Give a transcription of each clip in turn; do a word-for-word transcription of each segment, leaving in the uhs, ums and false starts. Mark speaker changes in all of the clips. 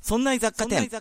Speaker 1: そんな雑貨店。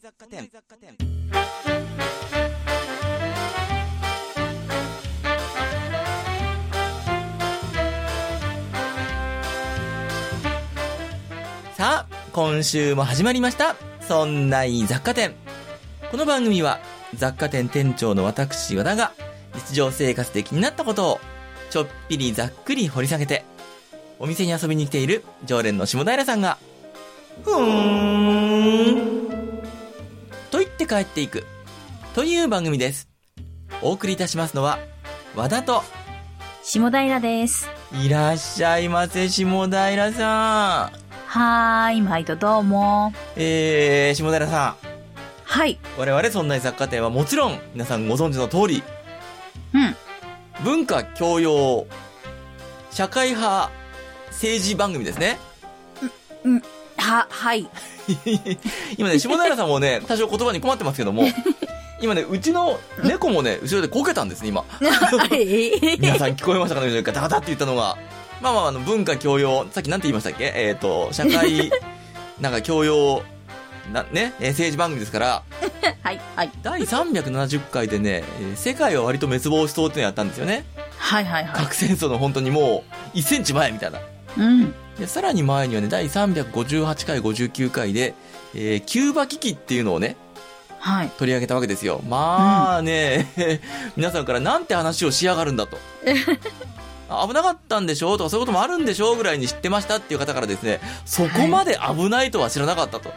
Speaker 1: さあ、今週も始まりました。そんな雑貨店。この番組は雑貨店店長の私和田が日常生活で気になったことをちょっぴりざっくり掘り下げて、お店に遊びに来ている常連の下平さんがふーんと言って帰っていくという番組です。お送りいたしますのは和田と
Speaker 2: 下平です。
Speaker 1: いらっしゃいませ、下平さん。
Speaker 2: はーい、毎度どうも。
Speaker 1: えー、下平さん。
Speaker 2: はい。
Speaker 1: 我々そんな雑貨店はもちろん皆さんご存知の通り、
Speaker 2: うん。
Speaker 1: 文化教養社会派政治番組ですね。
Speaker 2: うん、うん、は、はい。
Speaker 1: 今ね、下平さんもね、多少言葉に困ってますけども、今ね、うちの猫もね、後ろでこけたんですね、今。皆さん聞こえましたかね、ガタガタって言ったのが。まあまあ、あの、文化教養、さっきなんて言いましたっけ？えっと、社会、なんか教養、な、ね、政治番組ですから、
Speaker 2: はい、はい。
Speaker 1: だいさんびゃくななじゅっかいでね、世界は割と滅亡しそうっていうのやったんですよね。
Speaker 2: はいはいはい。
Speaker 1: 核戦争の本当にもう、いちセンチまえみたいな。
Speaker 2: うん。
Speaker 1: でさらに前にはね、だいさんびゃくごじゅうはちかい、ごじゅうきゅうかいで、えー、キューバ危機っていうのをね、
Speaker 2: はい。
Speaker 1: 取り上げたわけですよ。まあね、うん、皆さんからなんて話をしやがるんだと。危なかったんでしょとかそういうこともあるんでしょぐらいに知ってましたっていう方からですね、そこまで危ないとは知らなかったと。はい、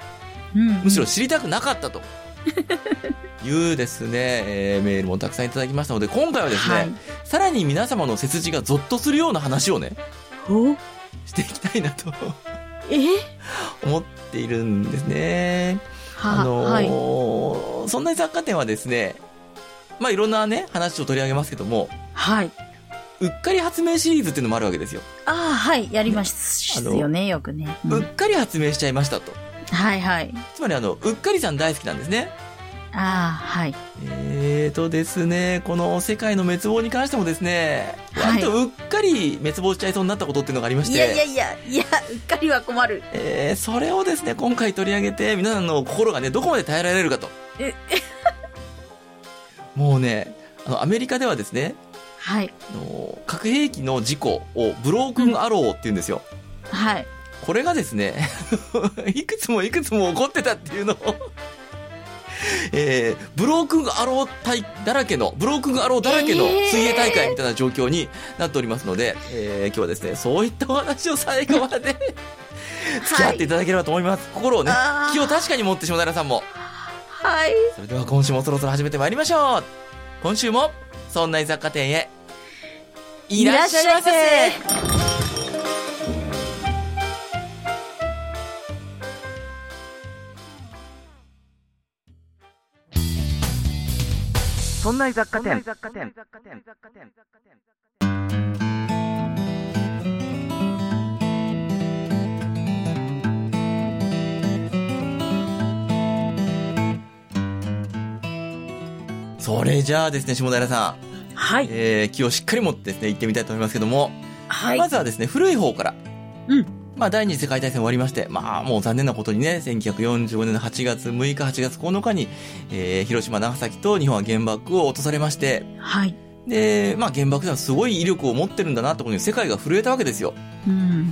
Speaker 1: むしろ知りたくなかったと。いうですね、えー、メールもたくさんいただきましたので、今回はですね、はい、さらに皆様の背筋がゾッとするような話をね、していきたいなと
Speaker 2: え
Speaker 1: 思っているんですね。あのーはい、そんな雑貨店はですね、まあいろんなね話を取り上げますけども、
Speaker 2: はい。
Speaker 1: うっかり発明シリーズっていうのもあるわけですよ。
Speaker 2: ああ、はい、やりますよね、よくね、
Speaker 1: うん。うっかり発明しちゃいましたと。
Speaker 2: はいはい。
Speaker 1: つまりあの、うっかりさん大好きなんですね。
Speaker 2: ああ、はい。
Speaker 1: えーとですね、この世界の滅亡に関してもですね、割とうっかり滅亡しちゃいそうになったことっていうのがありまして。
Speaker 2: いやいやいや、いや、うっかりは困る。
Speaker 1: えー、それをですね、今回取り上げて、皆さんの心がね、どこまで耐えられるかと。
Speaker 2: え、
Speaker 1: もうね、あの、アメリカではですね、
Speaker 2: はい。
Speaker 1: あの核兵器の事故をブロークンアローって言うんですよ。
Speaker 2: うん、はい。
Speaker 1: これがですね、いくつもいくつも起こってたっていうのを、えー、ブロークンアロー大だらけの、ブロークンアローだらけの水泳大会みたいな状況になっておりますので、えー、今日はですね、そういったお話を最後まで付き合っていただければと思います。はい、心をね、気を確かに持って下平さんも。
Speaker 2: はい。
Speaker 1: それでは今週もそろそろ始めてまいりましょう。今週も、そんな雑貨店へ、いらっしゃいませ。そんな雑貨店。それじゃあですね、下平さん。
Speaker 2: はい。
Speaker 1: えー、気をしっかり持ってですね、行ってみたいと思いますけども。
Speaker 2: はい。
Speaker 1: まずはですね、古い方から。
Speaker 2: うん。
Speaker 1: まあ、第二次世界大戦終わりまして、まあ、もう残念なことにね、せんきゅうひゃくよんじゅうごねんのはちがつむいか、はちがつここのかに、えー、広島、長崎と日本は原爆を落とされまして。
Speaker 2: はい。
Speaker 1: で、まあ、原爆ではすごい威力を持ってるんだなってことに世界が震えたわけですよ。
Speaker 2: うん。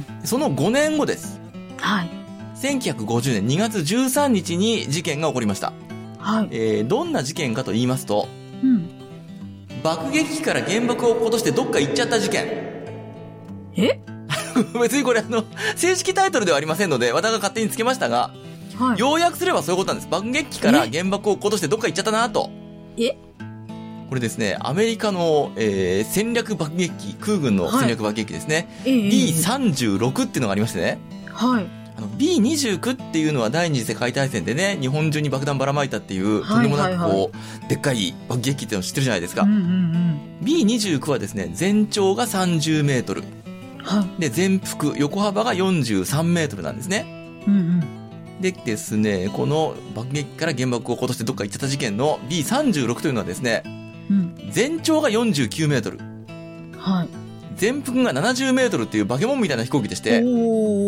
Speaker 1: そのごねんごです。
Speaker 2: はい。
Speaker 1: せんきゅうひゃくごじゅうねんにがつじゅうさんにちに事件が起こりました。
Speaker 2: はい。
Speaker 1: えー、どんな事件かと言いますと、
Speaker 2: うん。
Speaker 1: 爆撃機から原爆を落としてどっか行っちゃった事件。
Speaker 2: え
Speaker 1: 別にこれあの、正式タイトルではありませんので、私が勝手につけましたが、はい、要約すればそういうことなんです。爆撃機から原爆を落としてどっか行っちゃったなと。
Speaker 2: え
Speaker 1: これですね、アメリカの、えー、戦略爆撃機、空軍の戦略爆撃機ですね。はい、ビーさんじゅうろく っていうのがありましてね。
Speaker 2: はい。
Speaker 1: あの ビーにじゅうきゅう っていうのは第二次世界大戦でね、日本中に爆弾ばらまいたっていう、とんでもなくこう、はいはいはい、でっかい爆撃機っていうのを知ってるじゃないですか。
Speaker 2: うんうんうん、
Speaker 1: ビーにじゅうきゅう はですね、全長がさんじゅうメートル。
Speaker 2: はい、
Speaker 1: で、全幅、横幅がよんじゅうさんメートルなんですね。
Speaker 2: うんうん、
Speaker 1: でですね、この爆撃から原爆を落としてどっか行っちゃった事件の ビーさんじゅうろく というのはですね、うん、全長がよんじゅうきゅうメートル。
Speaker 2: はい。
Speaker 1: 全幅がななじゅうメートルっていう化け物みたいな飛行機でして、
Speaker 2: おー、
Speaker 1: こ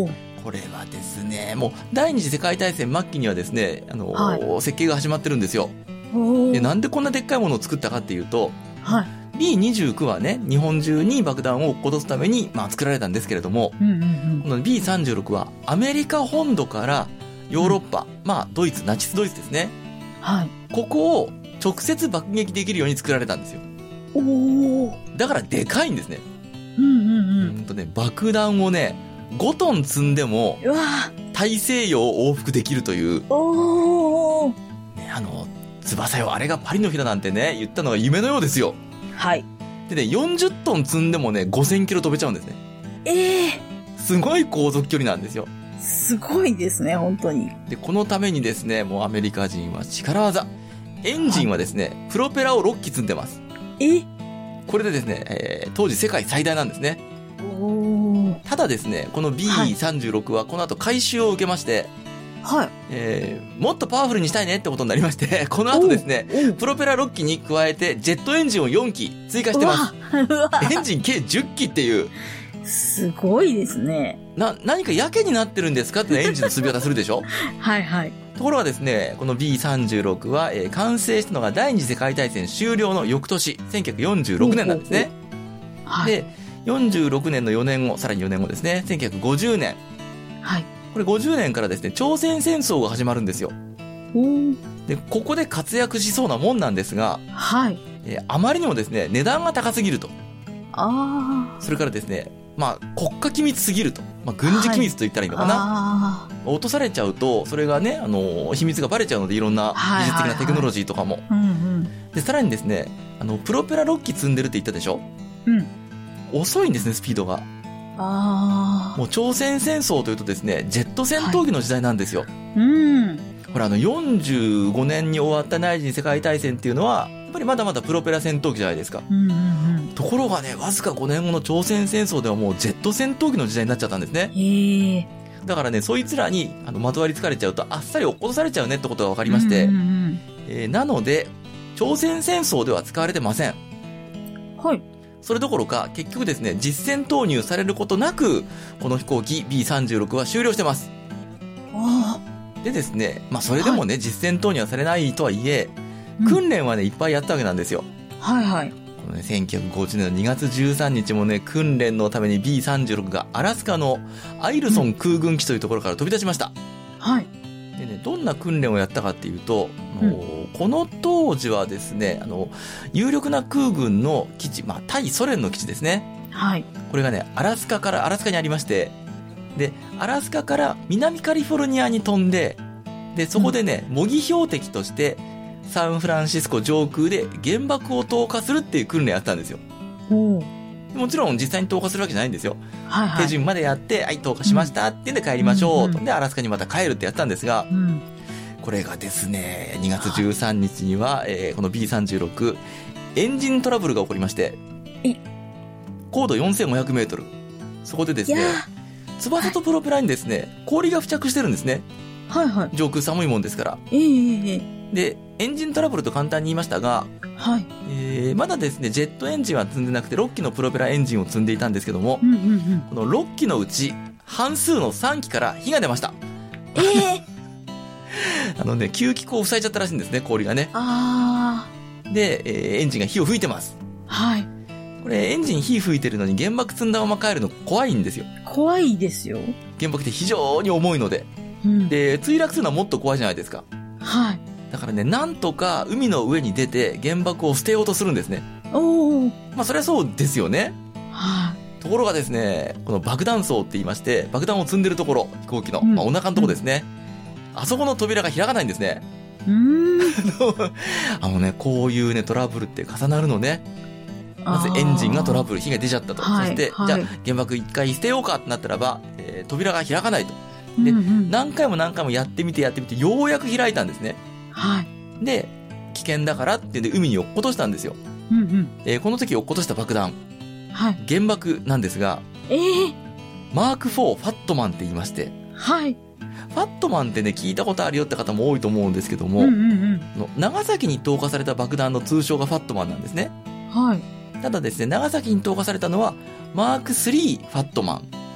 Speaker 1: これはですね、もう第二次世界大戦末期にはですね、あの、
Speaker 2: はい、
Speaker 1: 設計が始まってるんですよ。
Speaker 2: お
Speaker 1: で、なんでこんなでっかいものを作ったかっていうと、
Speaker 2: はい。
Speaker 1: ビーにじゅうきゅう はね、日本中に爆弾を落っことすために、まあ、作られたんですけれども、
Speaker 2: うんうんうん、
Speaker 1: この ビーさんじゅうろく はアメリカ本土からヨーロッパ、うん、まあドイツ、ナチスドイツですね。
Speaker 2: はい。
Speaker 1: ここを直接爆撃できるように作られたんですよ。
Speaker 2: おお。
Speaker 1: だからでかいんですね。
Speaker 2: うんうんうん。
Speaker 1: うんとね、爆弾をね、ごトン積んでも、
Speaker 2: うわ
Speaker 1: 大西洋を往復できるという。
Speaker 2: おお。
Speaker 1: ね、あの、翼よ、あれがパリの日だなんてね、言ったのが夢のようですよ。
Speaker 2: はい。
Speaker 1: でね、よんじゅっトン積んでもね、ごせんキロ飛べちゃうんですね。
Speaker 2: ええー。
Speaker 1: すごい航続距離なんですよ。
Speaker 2: すごいですね、本当に。
Speaker 1: で、このためにですね、もうアメリカ人は力技。エンジンはですね、はい、プロペラをろっき積んでます。
Speaker 2: え
Speaker 1: これでですね、えー、当時世界最大なんですね。
Speaker 2: お
Speaker 1: ただですね、この ビーさんじゅうろく はこの後改修を受けまして、
Speaker 2: はい。
Speaker 1: えー、もっとパワフルにしたいねってことになりまして、この後ですね、プロペラろっきに加えてジェットエンジンをよんき追加してます。エンジン計じゅっきっていう。
Speaker 2: すごいですね。
Speaker 1: な、何かやけになってるんですかってエンジンの積み方するでしょ
Speaker 2: はいはい。
Speaker 1: ところがですね、この ビーさんじゅうろく は、えー、完成したのが第二次世界大戦終了の翌年、せんきゅうひゃくよんじゅうろくねんなんですね。
Speaker 2: はい。
Speaker 1: で、よんじゅうろくねんのよねんご、さらによねんごですね、せんきゅうひゃくごじゅうねん。
Speaker 2: はい。
Speaker 1: これごじゅうねんからですね、朝鮮戦争が始まるんですよ。で、ここで活躍しそうなもんなんですが、
Speaker 2: はい。
Speaker 1: えー、あまりにもですね、値段が高すぎると。
Speaker 2: ああ。
Speaker 1: それからですね、まあ、国家機密すぎると。まあ、軍事機密と言ったらいいのかな。はい、落とされちゃうと、それがね、あの、秘密がバレちゃうので、いろんな技術的なテクノロジーとかも。で、さらにですね、あの、プロペラろっき積んでるって言ったでしょ？
Speaker 2: うん。
Speaker 1: 遅いんですね、スピードが。
Speaker 2: ああ。
Speaker 1: もう朝鮮戦争というとですね、ジェット戦闘機の時代なんですよ。はい、
Speaker 2: うん。
Speaker 1: ほら、あの、よんじゅうごねんに終わった第二次世界大戦っていうのは、やっぱりまだまだプロペラ戦闘機じゃないですか。
Speaker 2: うんうんうん、
Speaker 1: ところがね、わずかごねんごの朝鮮戦争ではもうジェット戦闘機の時代になっちゃったんですね。
Speaker 2: へー。
Speaker 1: だからね、そいつらにあのまとわりつかれちゃうとあっさり落っことされちゃうねってことが分かりまして、うんうんうん、えー、なので朝鮮戦争では使われてません。
Speaker 2: はい。
Speaker 1: それどころか結局ですね、実戦投入されることなくこの飛行機 ビーさんじゅうろく は終了してます。
Speaker 2: あ
Speaker 1: でですね、まあそれでもね、はい、実戦投入はされないとはいえ、うん、訓練はねいっぱいやったわけなんですよ。
Speaker 2: はいはい。
Speaker 1: このね、せんきゅうひゃくごじゅうねんのにがつじゅうさんにちもね、訓練のために ビーさんじゅうろく がアラスカのアイルソン空軍基地というところから飛び立ちました。
Speaker 2: はい。
Speaker 1: でね、どんな訓練をやったかっていうと、うん、この当時はですね、あの、有力な空軍の基地、まあ、対ソ連の基地ですね。
Speaker 2: はい。
Speaker 1: これがね、アラスカから、アラスカにありまして、で、アラスカから南カリフォルニアに飛んで、で、そこでね、うん、模擬標的として、サンフランシスコ上空で原爆を投下するっていう訓練やったんですよ。
Speaker 2: お
Speaker 1: もちろん実際に投下するわけじゃないんですよ。
Speaker 2: はいはい、
Speaker 1: 手順までやって、はい、投下しましたってんで帰りましょうと。で、アラスカにまた帰るってやったんですが、
Speaker 2: うん、
Speaker 1: これがですね、にがつじゅうさんにちには、はい、えー、この ビーさんじゅうろく、エンジントラブルが起こりまして、
Speaker 2: え
Speaker 1: 高度よんせんごひゃくメートル。そこでですね、翼とプロペラにですね、氷が付着してるんですね。
Speaker 2: はいはい。
Speaker 1: 上空寒いもんですから。
Speaker 2: えー、
Speaker 1: で、エンジントラブルと簡単に言いましたが、
Speaker 2: はい。
Speaker 1: えー、まだですね、ジェットエンジンは積んでなくてろっきのプロペラエンジンを積んでいたんですけども、
Speaker 2: うんうんうん、
Speaker 1: このろっきのうち半数のさんきから火が出ました。
Speaker 2: えー、
Speaker 1: あのね、吸気口を塞いじゃったらしいんですね、氷がね。
Speaker 2: あ
Speaker 1: で、えー、エンジンが火を吹いてます。
Speaker 2: はい。
Speaker 1: これエンジン火吹いてるのに原爆積んだまま帰るの怖いんですよ。
Speaker 2: 怖いですよ。
Speaker 1: 原爆って非常に重いので。
Speaker 2: うん、
Speaker 1: で、墜落するのはもっと怖いじゃないですか。
Speaker 2: はい。
Speaker 1: だからね、なんとか海の上に出て原爆を捨てようとするんですね。
Speaker 2: おー。
Speaker 1: まあそれはそうですよね。
Speaker 2: はい。
Speaker 1: ところがですね、この爆弾層って言いまして、爆弾を積んでるところ、飛行機の、うん、まあ、お腹のところですね、うん。あそこの扉が開かないんですね。
Speaker 2: うーん
Speaker 1: あのね、こういうね、トラブルって重なるのね。まずエンジンがトラブル、火が出ちゃったと。そして、はい、じゃあ原爆一回捨てようかってなったらば、えー、扉が開かないと。で、うんうん、何回も何回もやってみてやってみて、ようやく開いたんですね。
Speaker 2: はい。
Speaker 1: で、危険だからってんで海に落っことしたんですよ。
Speaker 2: うんうん、
Speaker 1: えー、この時落っことした爆弾。
Speaker 2: はい。
Speaker 1: 原爆なんですが、
Speaker 2: えー、
Speaker 1: マークフォーファットマンって言いまして。
Speaker 2: はい。
Speaker 1: ファットマンってね、聞いたことあるよって方も多いと思うんですけども、
Speaker 2: うんうんうん、
Speaker 1: の長崎に投下された爆弾の通称がファットマンなんですね。
Speaker 2: はい。
Speaker 1: ただですね、長崎に投下されたのはマークスリーファットマン。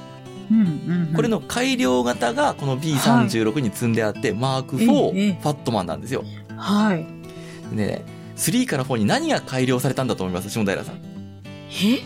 Speaker 2: うんうんうん、
Speaker 1: これの改良型がこの ビーさんじゅうろく に積んであって、はい、マークフォー、ファットマンなんですよ。
Speaker 2: はい。
Speaker 1: でね、スリーからフォーに何が改良されたんだと思います下平さん。
Speaker 2: え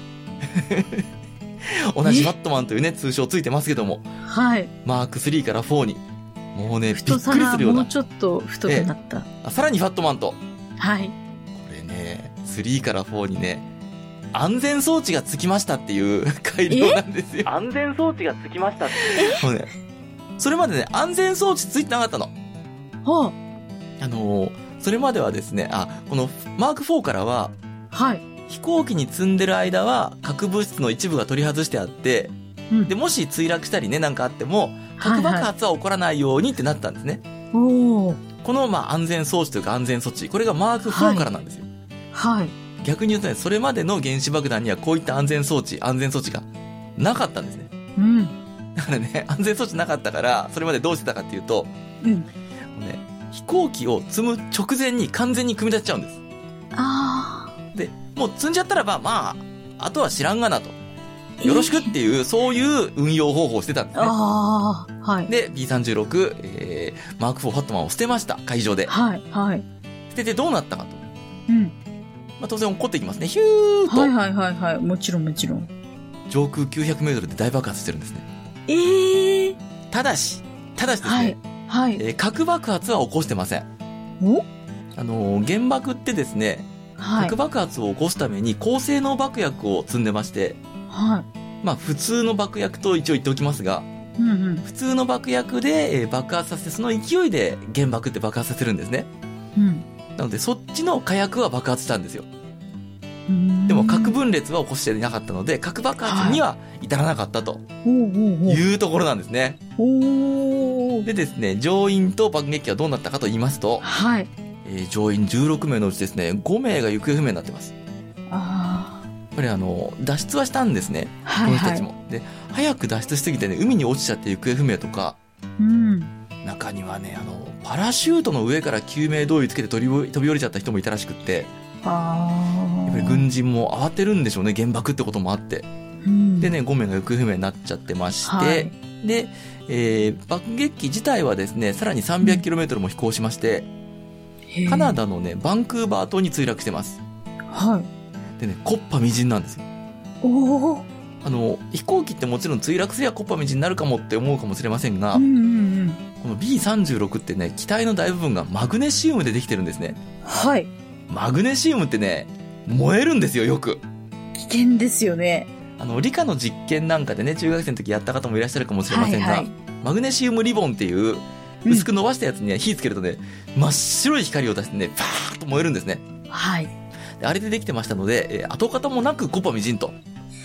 Speaker 1: 同じファットマンというね、通称ついてますけども。
Speaker 2: はい。
Speaker 1: マークスリーからフォーに。もうね、びっくりす
Speaker 2: 太さ
Speaker 1: るような。
Speaker 2: がもうちょっと太くなった。
Speaker 1: あ、さらにファットマンと。
Speaker 2: はい。
Speaker 1: これね、スリーからフォーにね、安全装置がつきましたっていう改良なんですよ。安全装置がつきましたって。もうね、それまでね、安全装置ついてなかったの。
Speaker 2: は
Speaker 1: あ。あのー、それまではですね、あ、このマークフォーからは、
Speaker 2: はい。
Speaker 1: 飛行機に積んでる間は核物質の一部が取り外してあって、うん、で、もし墜落したりね、なんかあっても、核爆発は起こらないようにってなったんですね。
Speaker 2: はいはい、お
Speaker 1: この、まあ、安全装置というか安全措置、これがマークフォーからなんですよ。
Speaker 2: はい。はい、
Speaker 1: 逆に言うとね、それまでの原子爆弾にはこういった安全装置、安全措置がなかったんですね。
Speaker 2: うん。
Speaker 1: だからね、安全装置なかったから、それまでどうしてたかっていうと、
Speaker 2: うん。
Speaker 1: ね、飛行機を積む直前に完全に組み立てちゃうんです。
Speaker 2: あ
Speaker 1: あ。で、もう積んじゃったらば、まあ、あとは知らんがなと。よろしくっていう、えー、そういう運用方法をしてたんですね。
Speaker 2: ああ、はい。
Speaker 1: で、ビーさんじゅうろく、えー、マークフォーファットマンを捨てました、会場で。
Speaker 2: はい、はい。
Speaker 1: 捨ててどうなったかと。
Speaker 2: うん。
Speaker 1: まあ、当然起こっていきますね。ヒューと。
Speaker 2: はいはいはいはい。もちろんもちろん。
Speaker 1: 上空きゅうひゃくメートルで大爆発してるんですね。
Speaker 2: ええー。
Speaker 1: ただし、ただしですね。
Speaker 2: はい。はい。
Speaker 1: えー、核爆発は起こしてません。
Speaker 2: お
Speaker 1: あのー、原爆ってですね、はい、核爆発を起こすために高性能爆薬を積んでまして、
Speaker 2: はい。
Speaker 1: まあ普通の爆薬と一応言っておきますが、
Speaker 2: うんうん、
Speaker 1: 普通の爆薬で、えー、爆発させて、その勢いで原爆って爆発させるんですね。
Speaker 2: うん。な
Speaker 1: ので、そっちの火薬は爆発したんですよ。
Speaker 2: うん
Speaker 1: でも核分裂は起こしていなかったので、核爆発には至らなかったというところなんですね。
Speaker 2: お
Speaker 1: でですね、乗員と爆撃機はどうなったかと言いますと、
Speaker 2: はい。
Speaker 1: えー、乗員じゅうろくめいのうちですね、ごめいが行方不明になってます。
Speaker 2: ああ。
Speaker 1: やっぱりあの、脱出はしたんですね。
Speaker 2: はいはい、
Speaker 1: この人たちも。で、早く脱出しすぎてね、海に落ちちゃって行方不明とか、
Speaker 2: うん、
Speaker 1: 中にはね、あの、パラシュートの上から救命胴衣つけて飛び飛び降りちゃった人もいたらしくって、
Speaker 2: あ
Speaker 1: やっぱり軍人も慌てるんでしょうね、原爆ってこともあって。うん、でね、ごめいが行方不明になっちゃってまして、はい、で、えー、爆撃機自体はですね、さらに さんびゃくキロメートル も飛行しまして、うん、カナダのね、バンクーバー島に墜落してます。
Speaker 2: はい。
Speaker 1: でね、木っ端みじんなんですよ。
Speaker 2: おー。
Speaker 1: あの、飛行機ってもちろん墜落すれば木っ端みじんになるかもって思うかもしれませんが、
Speaker 2: うんうんうん、
Speaker 1: この ビーさんじゅうろく ってね、機体の大部分がマグネシウムでできてるんですね。
Speaker 2: はい。
Speaker 1: マグネシウムってね、燃えるんですよ、よく。
Speaker 2: 危険ですよね。
Speaker 1: あの、理科の実験なんかでね、中学生の時やった方もいらっしゃるかもしれませんが、
Speaker 2: はいはい、
Speaker 1: マグネシウムリボンっていう、薄く伸ばしたやつに、ね、火つけるとね、真っ白い光を出してね、パーッと燃えるんですね。
Speaker 2: はい。
Speaker 1: であれでできてましたので、えー、跡形もなく木っ端みじんと。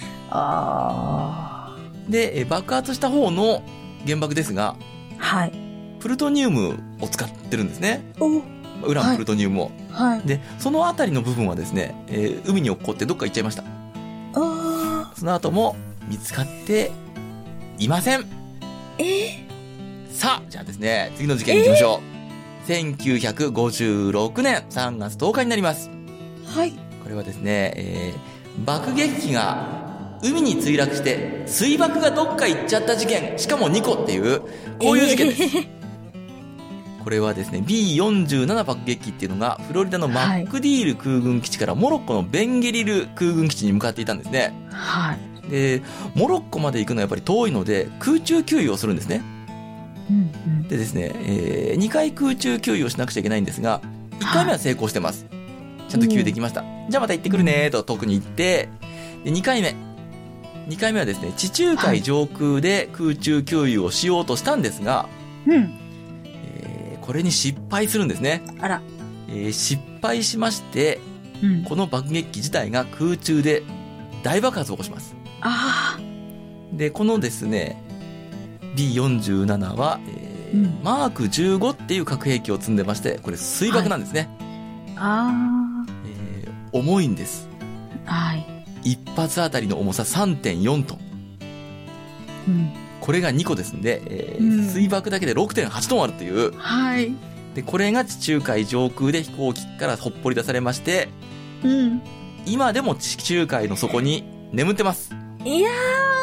Speaker 2: あ
Speaker 1: ー。で、えー、爆発した方の原爆ですが、
Speaker 2: はい。
Speaker 1: プルトニウムを使ってるんですね。
Speaker 2: お
Speaker 1: ウラン、プルトニウムを。
Speaker 2: はい。
Speaker 1: で、そのあたりの部分はですね、えー、海に落っこってどっか行っちゃいました。
Speaker 2: あ
Speaker 1: その後も見つかっていません。
Speaker 2: えー、
Speaker 1: さあ、じゃあですね、次の事件に行きましょう。えー、せんきゅうひゃくごじゅうろくねんさんがつとおかになります。
Speaker 2: はい。
Speaker 1: これはですね、えー、爆撃機が海に墜落して水爆がどっか行っちゃった事件、しかもにこっていう、こういう事件です。えーこれはですね、ビーよんじゅうなな 爆撃機っていうのがフロリダのマックディール空軍基地からモロッコのベンゲリル空軍基地に向かっていたんですね。
Speaker 2: はい。
Speaker 1: で、モロッコまで行くのはやっぱり遠いので空中給油をするんですね。
Speaker 2: うんうん、
Speaker 1: でですね、えー、にかい空中給油をしなくちゃいけないんですが、いっかいめは成功してます。はい、ちゃんと給油できました。じゃあまた行ってくるねと遠くに行って、でにかいめ。にかいめはですね、地中海上空で空中給油をしようとしたんですが、
Speaker 2: うん
Speaker 1: これに失敗するんですね。
Speaker 2: あら。
Speaker 1: えー、失敗しまして、
Speaker 2: うん、
Speaker 1: この爆撃機自体が空中で大爆発を起こします。
Speaker 2: ああ。
Speaker 1: で、このですね、ビーよんじゅうなな は、えーうん、マークじゅうごっていう核兵器を積んでまして、これ水爆なんですね。
Speaker 2: はい、ああ、
Speaker 1: えー。重いんです。
Speaker 2: はい。
Speaker 1: 一発あたりの重さ さんてんよんトン。
Speaker 2: うん。
Speaker 1: これがにこですんで、えーうん、水爆だけで ろくてんはちトンあるという。
Speaker 2: はい。
Speaker 1: で、これが地中海上空で飛行機からほっぽり出されまして、
Speaker 2: うん。
Speaker 1: 今でも地中海の底に眠ってます。
Speaker 2: いや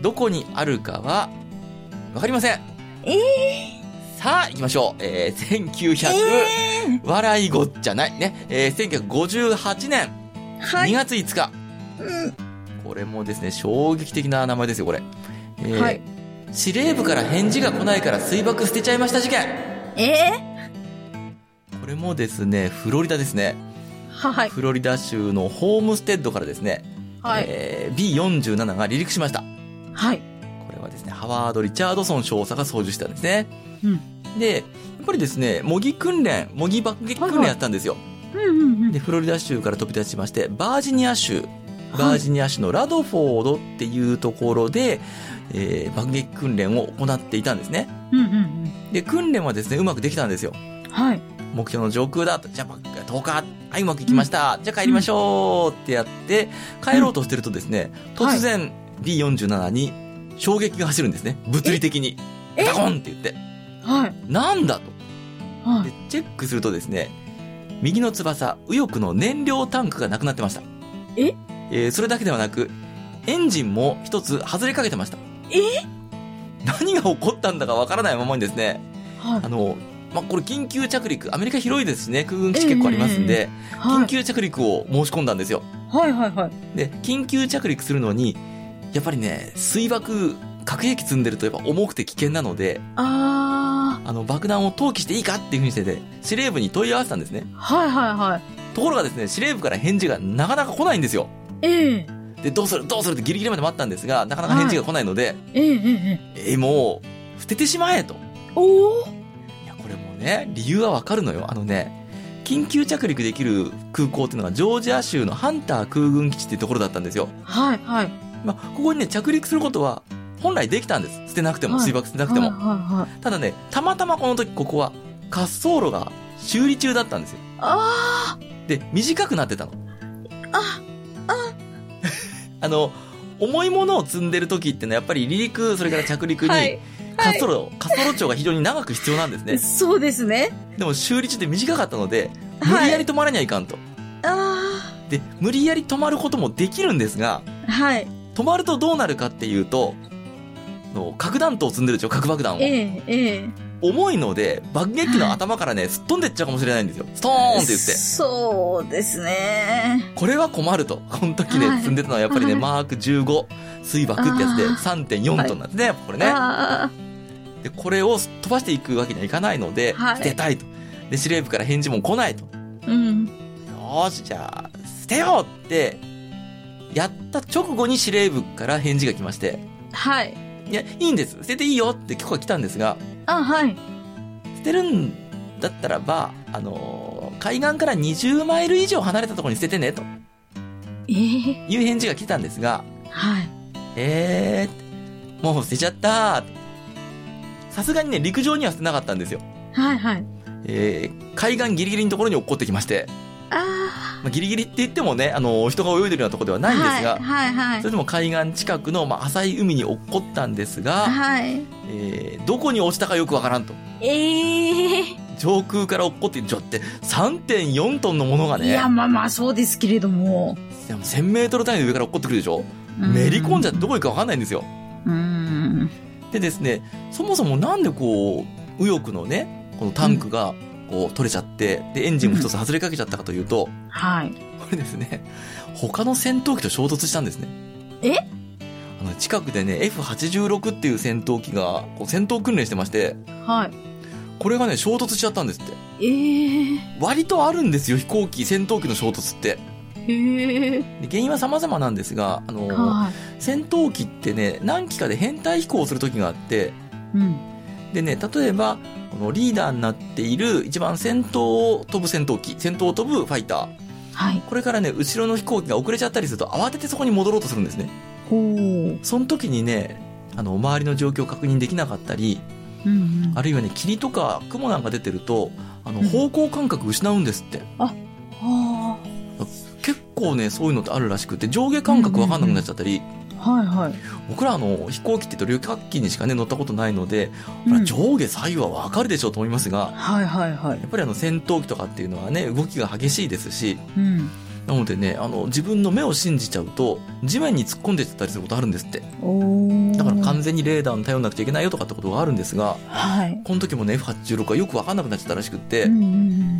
Speaker 1: どこにあるかは、わかりません。
Speaker 2: ええ
Speaker 1: さあ、行きましょう。えー、せんきゅうひゃく、
Speaker 2: えー、
Speaker 1: 笑いごっちゃないね。えー、せんきゅうひゃくごじゅうはちねん、
Speaker 2: はい。
Speaker 1: にがついつか。
Speaker 2: うん。
Speaker 1: これもですね、衝撃的な名前ですよ、これ。えー、
Speaker 2: はい。
Speaker 1: 司令部から返事が来ないから水爆捨てちゃいました事件。
Speaker 2: ええ
Speaker 1: これもですね、フロリダですね。
Speaker 2: はい。
Speaker 1: フロリダ州のホームステッドからですね、
Speaker 2: はい。
Speaker 1: えー、ビーよんじゅうなな が離陸しました。
Speaker 2: はい。
Speaker 1: これはですね、ハワード・リチャードソン少佐が操縦したんですね。
Speaker 2: うん。
Speaker 1: で、やっぱりですね、模擬訓練、模擬爆撃訓練やったんですよ。
Speaker 2: うんうんうん。
Speaker 1: で、フロリダ州から飛び立ちまして、バージニア州、バージニア州のラドフォードっていうところで、えー、爆撃訓練を行っていたんですね。
Speaker 2: うんうんうん。
Speaker 1: で、訓練はですね、うまくできたんですよ。
Speaker 2: はい。
Speaker 1: 目標の上空だと、じゃあ、とおか、はい、うまくいきました。うん、じゃあ帰りましょうってやって、帰ろうとしてるとですね、うん、突然、はい、ビーよんじゅうなな に衝撃が走るんですね。物理的に。ダコンって言って。はい。なんだと。はい。で、チェックするとですね、右の翼、右翼の燃料タンクがなくなってました。
Speaker 2: え
Speaker 1: えー、それだけではなく、エンジンも一つ外れかけてました。
Speaker 2: え
Speaker 1: 何が起こったんだかわからないままにですね、はい、あの、まあ、これ緊急着陸、アメリカ広いですしね、空軍基地結構ありますんで、えーはい、緊急着陸を申し込んだんですよ。
Speaker 2: はいはいはい。
Speaker 1: で、緊急着陸するのに、やっぱりね、水爆、核兵器積んでるとやっぱ重くて危険なので、ああの、爆弾を投棄していいかっていうふうにしてて、司令部に問い合わせたんですね。
Speaker 2: はいはいはい。
Speaker 1: ところがですね、司令部から返事がなかなか来ないんですよ。ええー。で、どうするどうするってギリギリまで待ったんですが、なかなか返事が来ないので、はい、ええー、ええー、えー、もう、捨ててしまえと。おお。いや、これもね、理由はわかるのよ。あのね、緊急着陸できる空港っていうのがジョージア州のハンター空軍基地っていうところだったんですよ。はいはい。まあ、ここにね、着陸することは本来できたんです。捨てなくても、はい、水爆捨てなくても、はいはいはい。ただね、たまたまこの時ここは滑走路が修理中だったんですよ。ああ。で、短くなってたの。あ、あ。あの、重いものを積んでる時ってのはやっぱり離陸、それから着陸に、はい滑走路、はい、滑走路長が非常に長く必要なんですね。
Speaker 2: そうですね。
Speaker 1: でも修理中で短かったので、無理やり止まらにはいかんと。はい、で、無理やり止まることもできるんですが、はい。止まるとどうなるかっていうと、の核弾頭を積んでるでしょ、核爆弾を。ええ、ええ。重いので、爆撃機の頭からね、はい、すっ飛んでっちゃうかもしれないんですよ。ストーンって言って。そうですね。これは困ると。この時ね、はい、積んでたのはやっぱりね、はい、マークじゅうご水爆ってやつで さんてんよん トンなんですね、はい、これね。で、これを飛ばしていくわけにはいかないので、はい、捨てたいと。で、司令部から返事も来ないと。うん。よーし、じゃあ、捨てようって、やった直後に司令部から返事が来まして。はい。いや、いいんです。捨てていいよって結構来たんですが。あ、はい。捨てるんだったらば、あのー、海岸からにじゅうマイル以上離れたところに捨ててね、と。えー、いう返事が来たんですが。はい。えー、もう捨てちゃったー。さすがにね、陸上には捨てなかったんですよ。はいはい。えー、海岸ギリギリのところに落っこってきまして。あまあ、ギリギリって言ってもね、あの、人が泳いでるようなところではないんですが、はい、はいはいそれでも海岸近くの、まあ、浅い海に落っこったんですが、はい。えー、どこに落ちたかよくわからんと。えー。上空から落っこって、ちょって、さんてんよん トンのものがね。いや、まあまあ、そうですけれども。でもせんメートル単位で上から落っこってくるでしょ。めり込んじゃってどこ行くかわかんないんですよ。うん。でですね、そもそもなんでこう、右翼のね、このタンクが、こう取れちゃって、で、エンジンも一つ外れかけちゃったかというと、うん、はい。これですね、他の戦闘機と衝突したんですね。え？あの、近くでね、エフはちじゅうろく っていう戦闘機が、こう戦闘訓練してまして、はい。これがね、衝突しちゃったんですって。えー。割とあるんですよ、飛行機、戦闘機の衝突って。へー。で、原因は様々なんですが、あの、はい、戦闘機ってね、何機かで編隊飛行する時があって、うん。でね、例えば、このリーダーになっている一番先頭を飛ぶ戦闘機、先頭を飛ぶファイター。はい。これからね、後ろの飛行機が遅れちゃったりすると慌ててそこに戻ろうとするんですね。ほう。その時にね、あの、周りの状況を確認できなかったり、うんうん、あるいはね、霧とか雲なんか出てると、あの、方向感覚失うんですって。うん、あ、はあ。結構ね、そういうのってあるらしくて、上下感覚わかんなくなっちゃったり、うんうんうんはいはい、僕らあの飛行機って言うと旅客機にしかね乗ったことないので、うん、上下左右は分かるでしょうと思いますが、はいはいはい、やっぱりあの戦闘機とかっていうのはね動きが激しいですし、うん、 なのでね、あの、自分の目を信じちゃうと、地面に突っ込んでいったりすることあるんですって。
Speaker 2: お
Speaker 1: だから完全にレーダーに頼んなくちゃいけないよとかってことがあるんですが、
Speaker 2: はい。
Speaker 1: この時もね、エフはちじゅうろく はよくわかんなくなっちゃったらしくって、
Speaker 2: うんうんうん、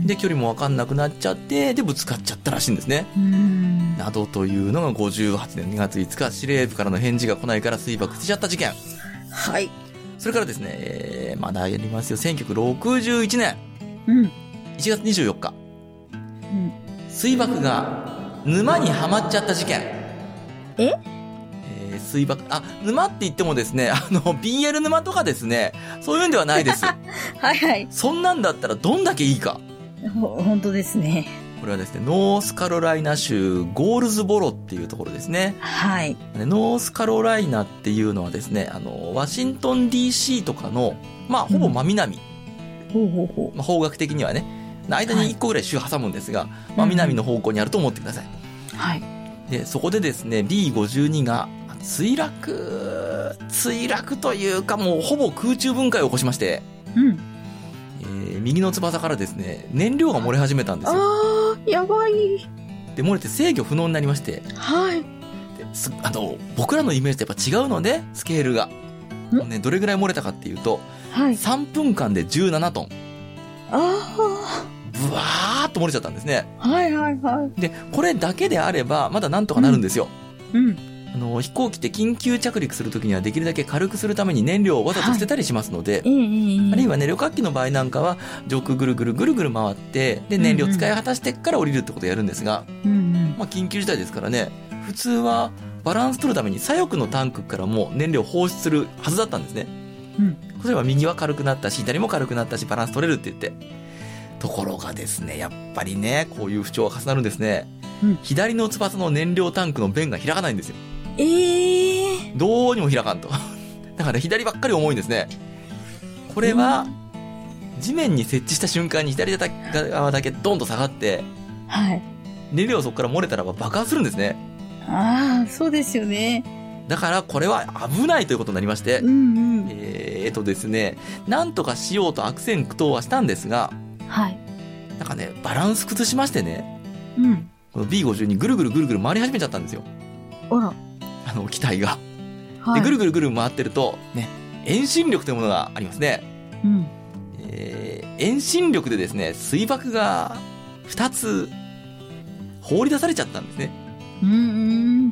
Speaker 1: で、距離もわかんなくなっちゃって、で、ぶつかっちゃったらしいんですね。
Speaker 2: うん
Speaker 1: などというのがごじゅうはちねんにがついつか、司令部からの返事が来ないから水爆しちゃった事件。
Speaker 2: はい。
Speaker 1: それからですね、えー、まだやりますよ。せんきゅうひゃくろくじゅういちねん。
Speaker 2: うん。
Speaker 1: いちがつにじゅうよっか。
Speaker 2: うん。
Speaker 1: 水爆が沼にはまっちゃった事件。
Speaker 2: え
Speaker 1: えー、水爆、あ、沼って言ってもですね、あの、ビーエル 沼とかですね、そういうんではないです。
Speaker 2: はいはい。
Speaker 1: そんなんだったらどんだけいいか。
Speaker 2: ほ、本当ですね。
Speaker 1: これはですね、ノースカロライナ州ゴールズボロっていうところですね。
Speaker 2: はい。
Speaker 1: ノースカロライナっていうのはですね、あの、ワシントン ディーシー とかの、まあ、ほぼ真南。
Speaker 2: ほうほうほう。
Speaker 1: まあ、方角的にはね、間にいっこぐらい州挟むんですが、
Speaker 2: はい、
Speaker 1: まあ、南の方向にあると思ってください。
Speaker 2: はい。
Speaker 1: で、そこでですね、ビーごじゅうに が墜落、墜落というかもうほぼ空中分解を起こしまして、
Speaker 2: うん。
Speaker 1: えー、右の翼からですね、燃料が漏れ始めたんですよ。
Speaker 2: あー、やばい。
Speaker 1: で、漏れて制御不能になりまして、
Speaker 2: はい。
Speaker 1: ですあの、僕らのイメージとやっぱ違うので、スケールが。ね、どれぐらい漏れたかっていうと、
Speaker 2: はい、
Speaker 1: さんぷんかんでじゅうななトン。
Speaker 2: ああ。
Speaker 1: ブワーっと漏れちゃったんですね。
Speaker 2: はいはいはい。
Speaker 1: で、これだけであれば、まだなんとかなるんですよ。
Speaker 2: うん。うん、
Speaker 1: あの、飛行機って緊急着陸するときにはできるだけ軽くするために燃料をわざと捨てたりしますので、はい、あるいはね、旅客機の場合なんかは、上空ぐるぐるぐるぐる回って、で、燃料使い果たしてから降りるってことをやるんですが、うんうん、まあ、緊急事態ですからね、普通はバランス取るために左翼のタンクからも燃料を放出するはずだったんですね。うん。例えば右は軽くなったし、左も軽くなったし、バランス取れるって言って。ところがですね、やっぱりね、こういう不調が重なるんですね。うん、左の翼の燃料タンクの弁が開かないんですよ。
Speaker 2: えー。
Speaker 1: どうにも開かんと。だから左ばっかり重いんですね。これは、地面に設置した瞬間に左側だけドンと下がって、はい。燃料がそこから漏れたらば爆発するんですね。
Speaker 2: ああ、そうですよね。
Speaker 1: だからこれは危ないということになりまして、うんうん、えー、えっとですね、なんとかしようと悪戦苦闘はしたんですが、はい。なんかね、バランス崩しましてね。うん。この ビーごじゅうに ぐるぐるぐるぐる回り始めちゃったんですよ。
Speaker 2: あら。
Speaker 1: あの、機体が。
Speaker 2: はい。
Speaker 1: で、ぐるぐるぐる回ってると、ね、遠心力というものがありますね。うん。えー、遠心力でですね、水爆がふたつ放り出されちゃったんですね。うん。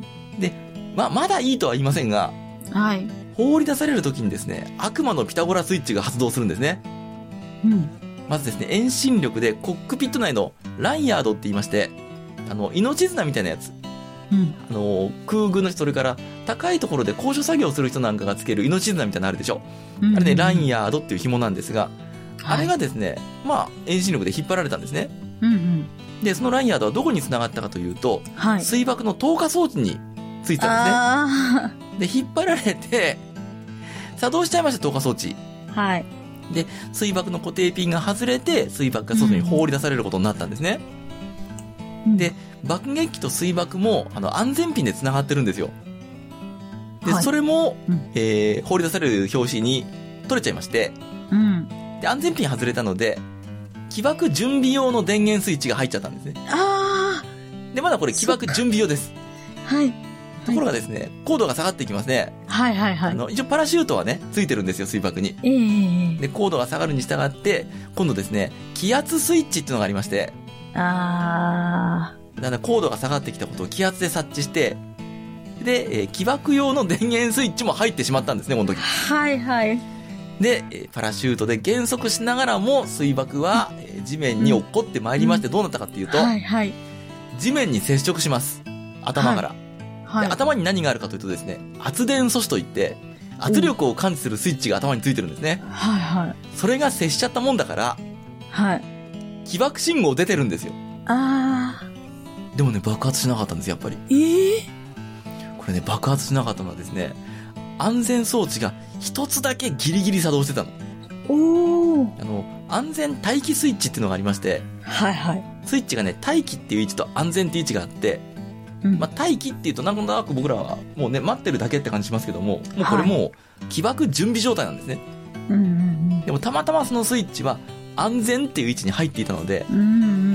Speaker 1: で、ま、まだいいとは言いませんが、はい。放り出されるときにですね、悪魔のピタゴラスイッチが発動するんですね。うん。まずですね、遠心力でコックピット内のランヤードって言いまして、あの、命綱みたいなやつ。うん。あの、空軍の人、それから高いところで高所作業する人なんかがつける命綱みたいなのあるでしょ。うんうんうん、あれね、ランヤードっていう紐なんですが、はい、あれがですね、まあ、遠心力で引っ張られたんですね。うんうん。で、そのランヤードはどこに繋がったかというと、はい、水爆の投下装置についてたんですね。で、引っ張られて、作動しちゃいました、投下装置。はい。で、水爆の固定ピンが外れて、水爆が外に放り出されることになったんですね。うん、で、爆撃機と水爆も、あの、安全ピンで繋がってるんですよ。で、はい、それも、うん、えー、放り出される拍子に取れちゃいまして、うん。で、安全ピン外れたので、起爆準備用の電源スイッチが入っちゃったんですね。あー。で、まだこれ起爆準備用です。はい。ところがですね、高度が下がっていきますね。はいはいはい。あの、一応パラシュートはね、ついてるんですよ、水爆に。えー、で、高度が下がるに従って、今度ですね、気圧スイッチっていうのがありまして。あー。だから高度が下がってきたことを気圧で察知して、で、えー、起爆用の電源スイッチも入ってしまったんですね、この時。はいはい。で、えー、パラシュートで減速しながらも、水爆は、えー、地面に落っこってまいりまして、どうなったかっていうと、うん、はいはい。地面に接触します。頭から。はいはい、で頭に何があるかというとですね、圧電素子といって、圧力を感知するスイッチが頭についてるんですね。はいはい。それが接しちゃったもんだから、はい。起爆信号出てるんですよ。あー。でもね、爆発しなかったんです、やっぱり。えー、これね、爆発しなかったのはですね、安全装置が一つだけギリギリ作動してたの。おー。あの、安全待機スイッチっていうのがありまして、はいはい。スイッチがね、待機っていう位置と安全っていう位置があって、うん、まあ、待機っていうとなんとなく僕らはもうね待ってるだけって感じしますけども、もうこれもう起爆準備状態なんですね。うんうんうん、でもたまたまそのスイッチは安全っていう位置に入っていたので、うんうんうん、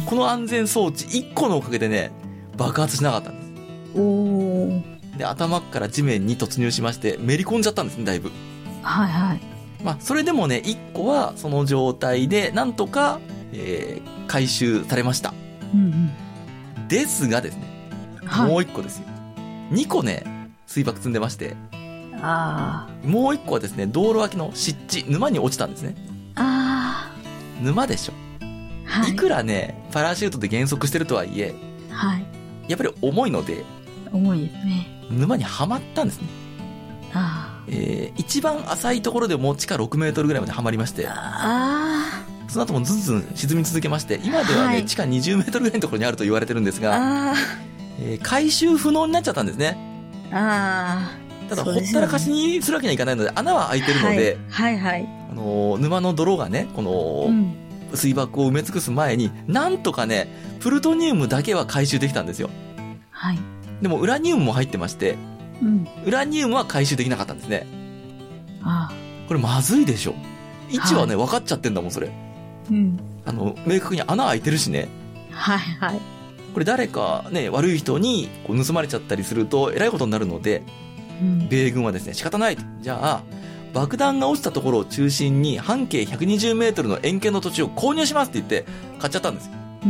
Speaker 1: この安全装置いっこのおかげでね、爆発しなかったんです。
Speaker 2: おー。
Speaker 1: で、頭から地面に突入しまして、めり込んじゃったんですね、だいぶ。
Speaker 2: はいはい。
Speaker 1: まあ、それでもね、いっこはその状態で、なんとか、えー、回収されました。
Speaker 2: うん
Speaker 1: うん。ですがですね、はい、もういっこですよ。にこね、水爆積んでまして、
Speaker 2: あ
Speaker 1: もういっこはですね、道路脇の湿地、沼に落ちたんですね。
Speaker 2: あ
Speaker 1: ー。沼でしょ。はい。いくらね、パラシュートで減速してるとはいえ、
Speaker 2: はい。
Speaker 1: やっぱり重いので、
Speaker 2: 重いですね。
Speaker 1: 沼にはまったんですね。
Speaker 2: ああ。
Speaker 1: えー、一番浅いところでも地下ろくメートルぐらいまではまりまして、
Speaker 2: ああ。
Speaker 1: その後もずんずん沈み続けまして、今ではね、はい、地下にじゅうメートルぐらいのところにあると言われてるんですが、えー、回収不能になっちゃったんですね。
Speaker 2: ああ。
Speaker 1: ただ、ほったらかしにするわけにはいかないので、穴は開いてるので、
Speaker 2: はい、はい、はい。
Speaker 1: あのー、沼の泥がね、この、うん、水爆を埋め尽くす前に、なんとかね、プルトニウムだけは回収できたんですよ。
Speaker 2: はい。
Speaker 1: でも、ウラニウムも入ってまして、
Speaker 2: うん、
Speaker 1: ウラニウムは回収できなかったんですね。
Speaker 2: ああ。
Speaker 1: これまずいでしょ。位置はね、はい、分かっちゃってんだもん、それ。
Speaker 2: うん。
Speaker 1: あの、明確に穴開いてるしね。
Speaker 2: はい、はい。
Speaker 1: これ誰かね、悪い人にこう盗まれちゃったりすると、えらいことになるので、うん、米軍はですね、仕方ないと。じゃあ、爆弾が落ちたところを中心に半径ひゃくにじゅうメートルの円形の土地を購入しますって言って買っちゃったんですよ。
Speaker 2: うん、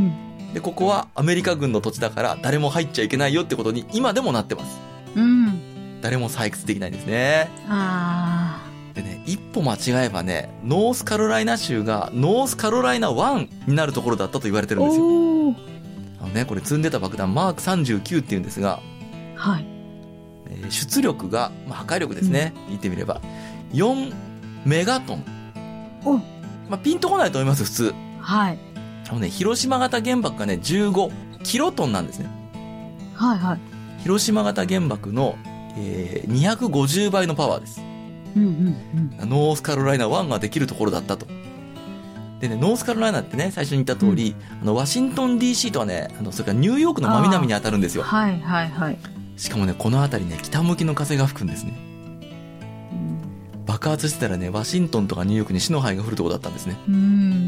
Speaker 1: で、ここはアメリカ軍の土地だから誰も入っちゃいけないよってことに今でもなってます。
Speaker 2: うん。
Speaker 1: 誰も採掘できないんですね。
Speaker 2: あ
Speaker 1: ー。でね、一歩間違えばね、ノースカロライナ州がノースカロライナワンになるところだったと言われてるんですよ。あのね、これ積んでた爆弾マークさんじゅうきゅうって言うんですが、
Speaker 2: はい。
Speaker 1: 出力が、まあ、破壊力ですね、うん、言ってみればよんメガトン。
Speaker 2: お、
Speaker 1: まあ、ピンとこないと思います、普通。
Speaker 2: はい。
Speaker 1: あのね、広島型原爆がね、じゅうごキロトンなんですね。
Speaker 2: はいはい。
Speaker 1: 広島型原爆の、えー、にひゃくごじゅうばいのパワーです。
Speaker 2: うんうんうん。
Speaker 1: ノースカロライナワンができるところだったと。でね、ノースカロライナってね、最初に言った通り、うん、あの、ワシントン ディーシー とはね、あの、それからニューヨークの真南に当たるんですよ。
Speaker 2: はいはいはい。
Speaker 1: しかもね、この辺りね、北向きの風が吹くんですね。うん、爆発してたらね、ワシントンとかニューヨークに死の灰が降るところだったんですね。
Speaker 2: うん、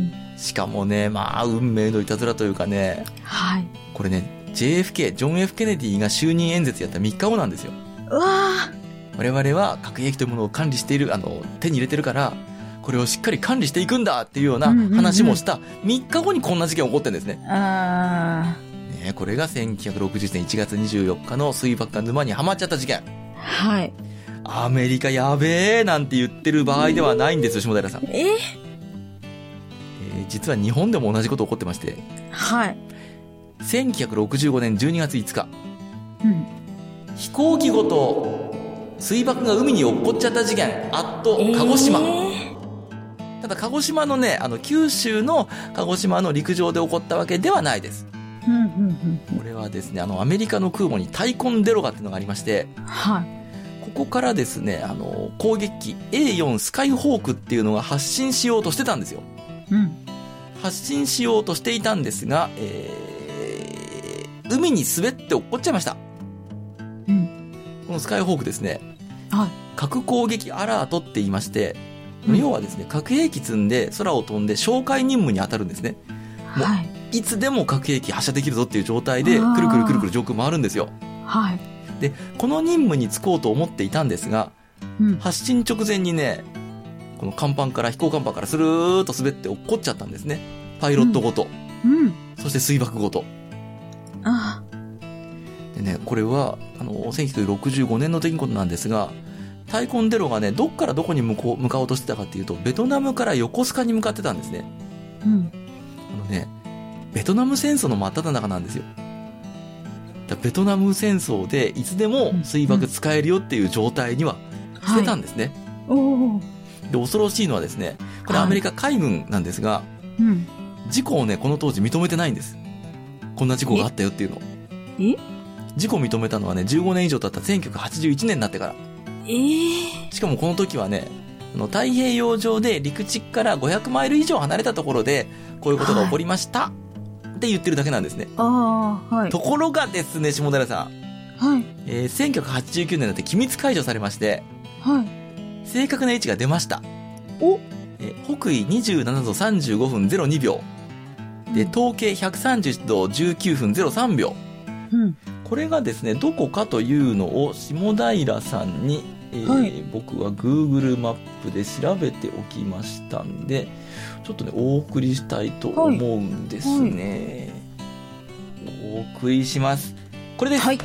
Speaker 1: しかもね、まあ、運命のいたずらというかね、
Speaker 2: はい。
Speaker 1: これね、ジェイエフケー、ジョン・ F ・ケネディが就任演説やったみっかごなんですよ。
Speaker 2: うわ
Speaker 1: ー。我々は核兵器というものを管理している、あの、手に入れてるから、これをしっかり管理していくんだっていうような話もしたみっかごにこんな事件起こってるんですね。
Speaker 2: あー。
Speaker 1: ね、これがせんきゅうひゃくろくじゅうねんいちがつにじゅうよっかの水爆が沼にはまっちゃった事件。
Speaker 2: はい。
Speaker 1: アメリカやべえなんて言ってる場合ではないんですよ、下平さん。
Speaker 2: えー、
Speaker 1: えー、実は日本でも同じこと起こってまして。
Speaker 2: はい。
Speaker 1: せんきゅうひゃくろくじゅうごねんじゅうにがついつか。
Speaker 2: うん。
Speaker 1: 飛行機ごと水爆が海に落っこっちゃった事件、あっと鹿児島。えー、ただ鹿児島のね、あの九州の鹿児島の陸上で起こったわけではないです。
Speaker 2: うんうんうん、
Speaker 1: これはですね、あのアメリカの空母にタイコンデロガっていうのがありまして、
Speaker 2: はい、
Speaker 1: ここからですね、あの攻撃機 エーよん スカイホークっていうのが発進しようとしてたんですよ。
Speaker 2: うん、
Speaker 1: 発進しようとしていたんですが、えー、海に滑って落っこっちゃいました。
Speaker 2: うん、
Speaker 1: このスカイホークですね、
Speaker 2: はい、
Speaker 1: 核攻撃アラートって言いまして、うん、要はですね、核兵器積んで空を飛んで哨戒任務に当たるんですね。
Speaker 2: はい。
Speaker 1: いつでも核兵器発射できるぞっていう状態でくるくるくるくる上空回るんですよ。
Speaker 2: はい。
Speaker 1: で、この任務に就こうと思っていたんですが、
Speaker 2: うん、
Speaker 1: 発進直前にね、この甲板から飛行甲板からスルーっと滑って落っこっちゃったんですね。パイロットごと。
Speaker 2: うんうん、
Speaker 1: そして水爆ごと。
Speaker 2: ああ。
Speaker 1: でね、これはあのせんきゅうひゃくろくじゅうごねんの出来事なんですが、タイコンデロがね、どっからどこに向こう向かおうとしてたかっていうと、ベトナムから横須賀に向かってたんですね。
Speaker 2: うん。
Speaker 1: あのね、ベトナム戦争の真っ只中なんですよ。だベトナム戦争でいつでも水爆使えるよっていう状態にはしてたんですね。
Speaker 2: はい、お
Speaker 1: で、恐ろしいのはですね、これアメリカ海軍なんですが、
Speaker 2: はいうん、
Speaker 1: 事故をね、この当時認めてないんです。こんな事故があったよっていうの。
Speaker 2: え
Speaker 1: 事故を認めたのはね、じゅうごねん以上経ったせんきゅうひゃくはちじゅういちねんになってから。
Speaker 2: えー、
Speaker 1: しかもこの時はね、あの太平洋上で陸地からごひゃくマイル以上離れたところでこういうことが起こりました、はい、って言ってるだけなんですね。
Speaker 2: あ、はい、
Speaker 1: ところがですね、下平さん、
Speaker 2: はい
Speaker 1: えー、せんきゅうひゃくはちじゅうきゅうねんになって機密解除されまして、
Speaker 2: はい、
Speaker 1: 正確な位置が出ました。
Speaker 2: お、
Speaker 1: えー、北緯にじゅうななどさんじゅうごふんぜろにびょう、 で、統計ひゃくさんじゅういちどじゅうきゅうふんゼロさんびょう。
Speaker 2: うん。
Speaker 1: これがですね、どこかというのを下平さんに、えー
Speaker 2: はい
Speaker 1: 僕は Google マップで調べておきましたんで、ちょっとね、お送りしたいと思うんですね。お送りします。これです。
Speaker 2: はい。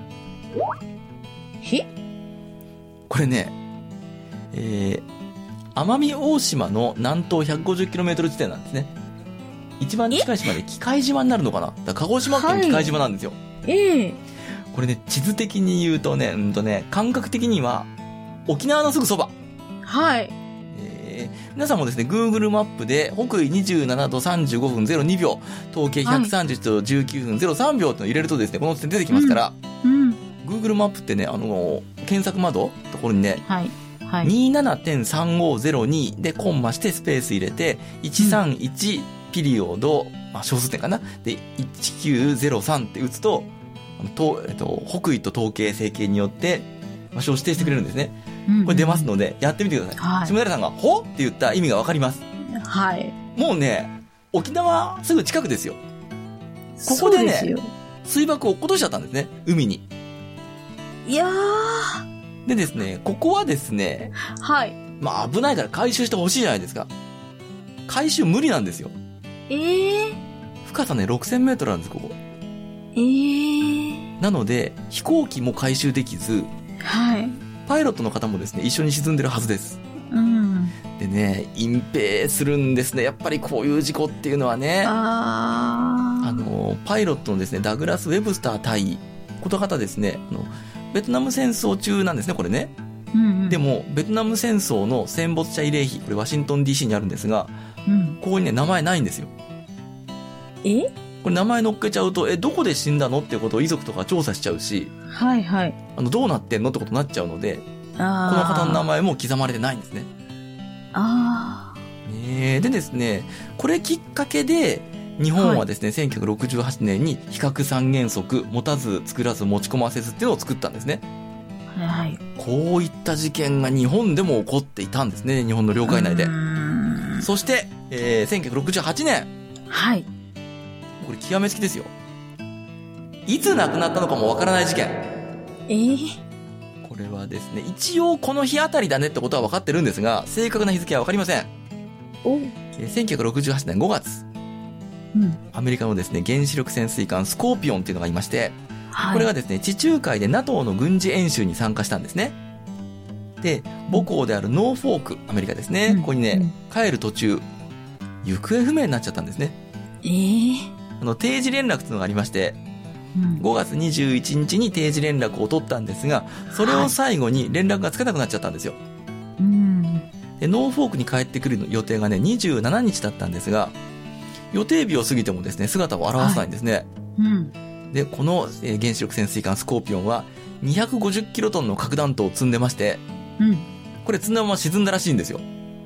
Speaker 2: ひ
Speaker 1: これね、えー、奄美大島の南東 ひゃくごじゅっキロメートル 地点なんですね。一番近い島で喜界島になるのかな。だから鹿児島県喜界島なんですよ。
Speaker 2: ええ
Speaker 1: これね、地図的に言うとね、うんとね、感覚的には沖縄のすぐそば。
Speaker 2: はい。
Speaker 1: えー皆さんもですね、Google マップで北緯にじゅうななどさんじゅうごふんゼロにびょう、統計ひゃくさんじゅういちどじゅうきゅうふんゼロさんびょうってのを入れるとですね、この地点出てきますから、
Speaker 2: うん。
Speaker 1: Google マップってね、あのー検索窓のところにね、
Speaker 2: はい。はい。
Speaker 1: にじゅうななてんさんごゼロに でコンマしてスペース入れて、いちさんいちピリオド、まあ、小数点かな。で、いちきゅうゼロさんって打つと、あのとえっと、北緯と統計整形によって場所を指定してくれるんですね。これ出ますので、やってみてください。
Speaker 2: はい
Speaker 1: 下平さんが、ほって言った意味がわかります。
Speaker 2: はい。
Speaker 1: もうね、沖縄すぐ近くですよ。ここでね
Speaker 2: そうですよ。
Speaker 1: 水爆を落っことしちゃったんですね、海に。
Speaker 2: いやー。
Speaker 1: でですね、ここはですね、
Speaker 2: はい。
Speaker 1: まあ危ないから回収してほしいじゃないですか。回収無理なんですよ。
Speaker 2: ええ
Speaker 1: 深さね、ろくせんメートルなんです、ここ。
Speaker 2: ええ
Speaker 1: なので、飛行機も回収できず、
Speaker 2: はい。
Speaker 1: パイロットの方もですね、一緒に沈んでるはずです。
Speaker 2: うん。
Speaker 1: でね、隠蔽するんですね。やっぱりこういう事故っていうのはね、あ
Speaker 2: あー。
Speaker 1: の、パイロットのですね、ダグラス・ウェブスター対、この方ですね、あの、ベトナム戦争中なんですね、これね。
Speaker 2: うんうん、
Speaker 1: でも、ベトナム戦争の戦没者慰霊碑、これワシントン ディーシー にあるんですが、
Speaker 2: うん、
Speaker 1: ここにね、名前ないんですよ。
Speaker 2: え
Speaker 1: これ名前乗っけちゃうと、え、どこで死んだのっていうことを遺族とか調査しちゃうし、
Speaker 2: はいはい。
Speaker 1: あの、どうなってんのってことになっちゃうので、こ
Speaker 2: あ
Speaker 1: の方の名前も刻まれてないんですね。
Speaker 2: あ
Speaker 1: ねえでですね、これきっかけで、日本はですね、はい、せんきゅうひゃくろくじゅうはちねんに非核三原則、持たず作らず持ち込ませずっていうのを作ったんですね。
Speaker 2: はい。
Speaker 1: こういった事件が日本でも起こっていたんですね、日本の領海内で。そして、えー、せんきゅうひゃくろくじゅうはちねん。
Speaker 2: はい。
Speaker 1: これ極めつきですよ。いつ亡くなったのかもわからない事件。
Speaker 2: えー、
Speaker 1: これはですね、一応この日あたりだねってことは分かってるんですが、正確な日付は分かりません。
Speaker 2: お
Speaker 1: えー、せんきゅうひゃくろくじゅうはちねんごがつ。
Speaker 2: うん、
Speaker 1: アメリカのですね、原子力潜水艦スコーピオンっていうのがいまして、
Speaker 2: はい、
Speaker 1: これがですね、地中海で NATO の軍事演習に参加したんですね。で、母港であるノーフォーク、アメリカですね、
Speaker 2: うん、
Speaker 1: ここにね、
Speaker 2: うん、
Speaker 1: 帰る途中、行方不明になっちゃったんですね。
Speaker 2: えー、
Speaker 1: あの、定時連絡っていうのがありまして、
Speaker 2: うん、
Speaker 1: ごがつにじゅういちにちに定時連絡を取ったんですが、それを最後に連絡がつかなくなっちゃったんですよ。
Speaker 2: うん、
Speaker 1: で、ノーフォークに帰ってくる予定がね、にじゅうしちにちだったんですが、予定日を過ぎてもですね、姿を現さないんですね。はい、
Speaker 2: うん、
Speaker 1: で、この、えー、原子力潜水艦スコーピオンはにひゃくごじゅっキロトンの核弾頭を積んでまして、
Speaker 2: うん、
Speaker 1: これ積んだまま沈んだらしいんですよ。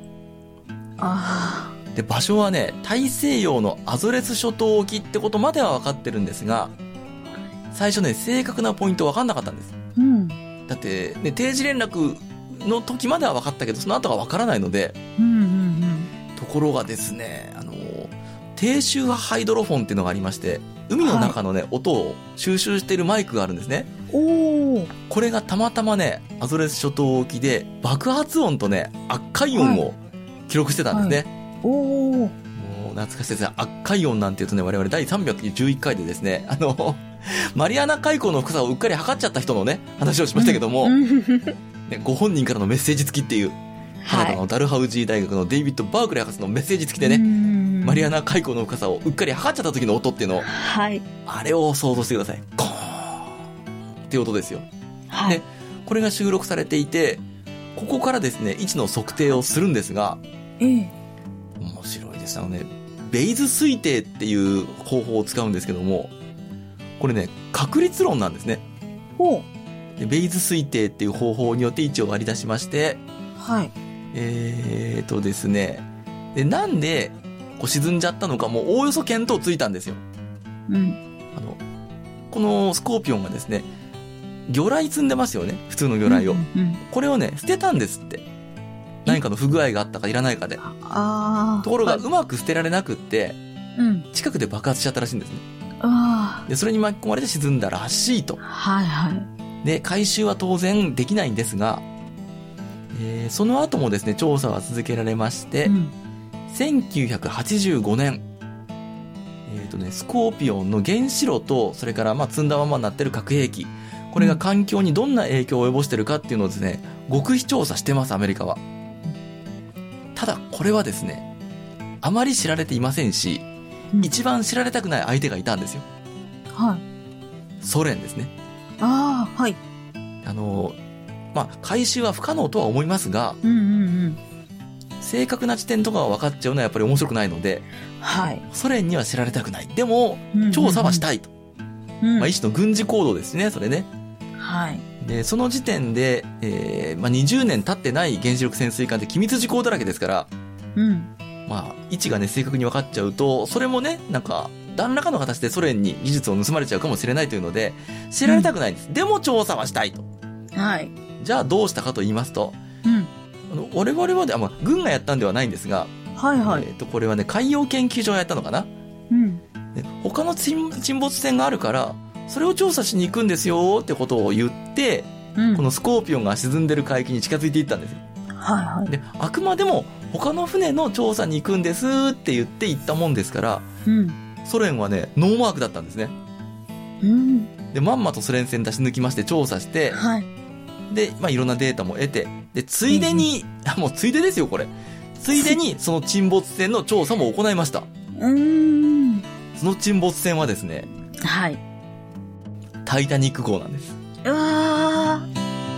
Speaker 2: あ
Speaker 1: で、場所はね、大西洋のアゾレス諸島沖ってことまでは分かってるんですが、最初ね、正確なポイント分かんなかったんです。
Speaker 2: うん、
Speaker 1: だって、ね、定時連絡の時までは分かったけど、その後が分からないので、
Speaker 2: うんうんうん、
Speaker 1: ところがですね、あの、低周波ハイドロフォンっていうのがありまして、海の中のね、はい、音を収集しているマイクがあるんですね。
Speaker 2: お
Speaker 1: これがたまたまね、アゾレス諸島沖で爆発音とね、圧壊音を記録してたんですね。はい
Speaker 2: おー。
Speaker 1: もう懐かしいですね。圧壊音なんて言うとね、我々だいさんびゃくじゅういっかいでですね、あの、マリアナ海溝の深さをうっかり測っちゃった人のね、話をしましたけども、ね、ご本人からのメッセージ付きっていう、カナダのダルハウジー大学のデイビッド・バークレー博士のメッセージ付きでね、マリアナ海溝の深さをうっかり測っちゃった時の音っていうのを、
Speaker 2: はい、
Speaker 1: あれを想像してください。コーンっていう音ですよ。
Speaker 2: はい、
Speaker 1: で、これが収録されていて、ここからですね、位置の測定をするんですが、
Speaker 2: ええ、
Speaker 1: 面白いです。あのね、ベイズ推定っていう方法を使うんですけども、これね、確率論なんですね。
Speaker 2: ほ
Speaker 1: う。で、ベイズ推定っていう方法によって位置を割り出しまして、
Speaker 2: はい。
Speaker 1: えーとですね、で、なんで、こう沈んじゃったのかもおおよそ見当ついたんですよ。
Speaker 2: うん。
Speaker 1: あの、このスコーピオンがですね、魚雷積んでますよね。普通の魚雷を。
Speaker 2: うんうんうん、
Speaker 1: これをね、捨てたんですって。何かの不具合があったかいらないかで。
Speaker 2: あ
Speaker 1: ところが、うまく捨てられなくって、
Speaker 2: うん。
Speaker 1: 近くで爆発しちゃったらしいんですね。
Speaker 2: あ
Speaker 1: で、それに巻き込まれて沈んだらしいと。
Speaker 2: あ。はいはい。
Speaker 1: で、回収は当然できないんですが、えー、その後もですね、調査は続けられまして、うん、せんきゅうひゃくはちじゅうごねん、えっとね、スコーピオンの原子炉と、それからまあ積んだままになってる核兵器、これが環境にどんな影響を及ぼしてるかっていうのをですね、極秘調査してます、アメリカは。ただ、これはですね、あまり知られていませんし、うん、一番知られたくない相手がいたんですよ。
Speaker 2: はい。
Speaker 1: ソ連ですね。
Speaker 2: ああ、はい。
Speaker 1: あの、まあ、回収は不可能とは思いますが、
Speaker 2: うんうんうん、
Speaker 1: 正確な地点とかが分かっちゃうのはやっぱり面白くないので、
Speaker 2: はい。
Speaker 1: ソ連には知られたくない。でも、うんうんうん、調査はしたいと。うん、まあ、一種の軍事行動ですね、それね。
Speaker 2: はい。
Speaker 1: で、その時点で、えー、まあ、にじゅうねん経ってない原子力潜水艦って機密事項だらけですから、
Speaker 2: うん。
Speaker 1: まあ、位置がね、正確に分かっちゃうと、それもね、なんか、何らかの形でソ連に技術を盗まれちゃうかもしれないというので、知られたくないんです。うん、でも調査はしたいと。
Speaker 2: はい。
Speaker 1: じゃあどうしたかと言いますと、
Speaker 2: うん。
Speaker 1: あの、我々はで、まあ、軍がやったんではないんですが、
Speaker 2: はいはい。
Speaker 1: えっと、これはね、海洋研究所がやったのかな。
Speaker 2: うん。
Speaker 1: で、他の沈没船があるから、それを調査しに行くんですよってことを言って、うん、このスコーピオンが沈んでる海域に近づいていったんですよ。
Speaker 2: はいはい。
Speaker 1: で、あくまでも他の船の調査に行くんですって言って行ったもんですから、
Speaker 2: うん、
Speaker 1: ソ連はね、ノーマークだったんですね。
Speaker 2: うん、
Speaker 1: で、まんまとソ連船出し抜きまして調査して、
Speaker 2: はい、
Speaker 1: で、まあ、いろんなデータも得て、で、ついでに、うん、もうついでですよ、これ。ついでに、その沈没船の調査も行いました。
Speaker 2: うーん。
Speaker 1: その沈没船はですね、
Speaker 2: はい。
Speaker 1: タイタニック号なんです。
Speaker 2: うわー。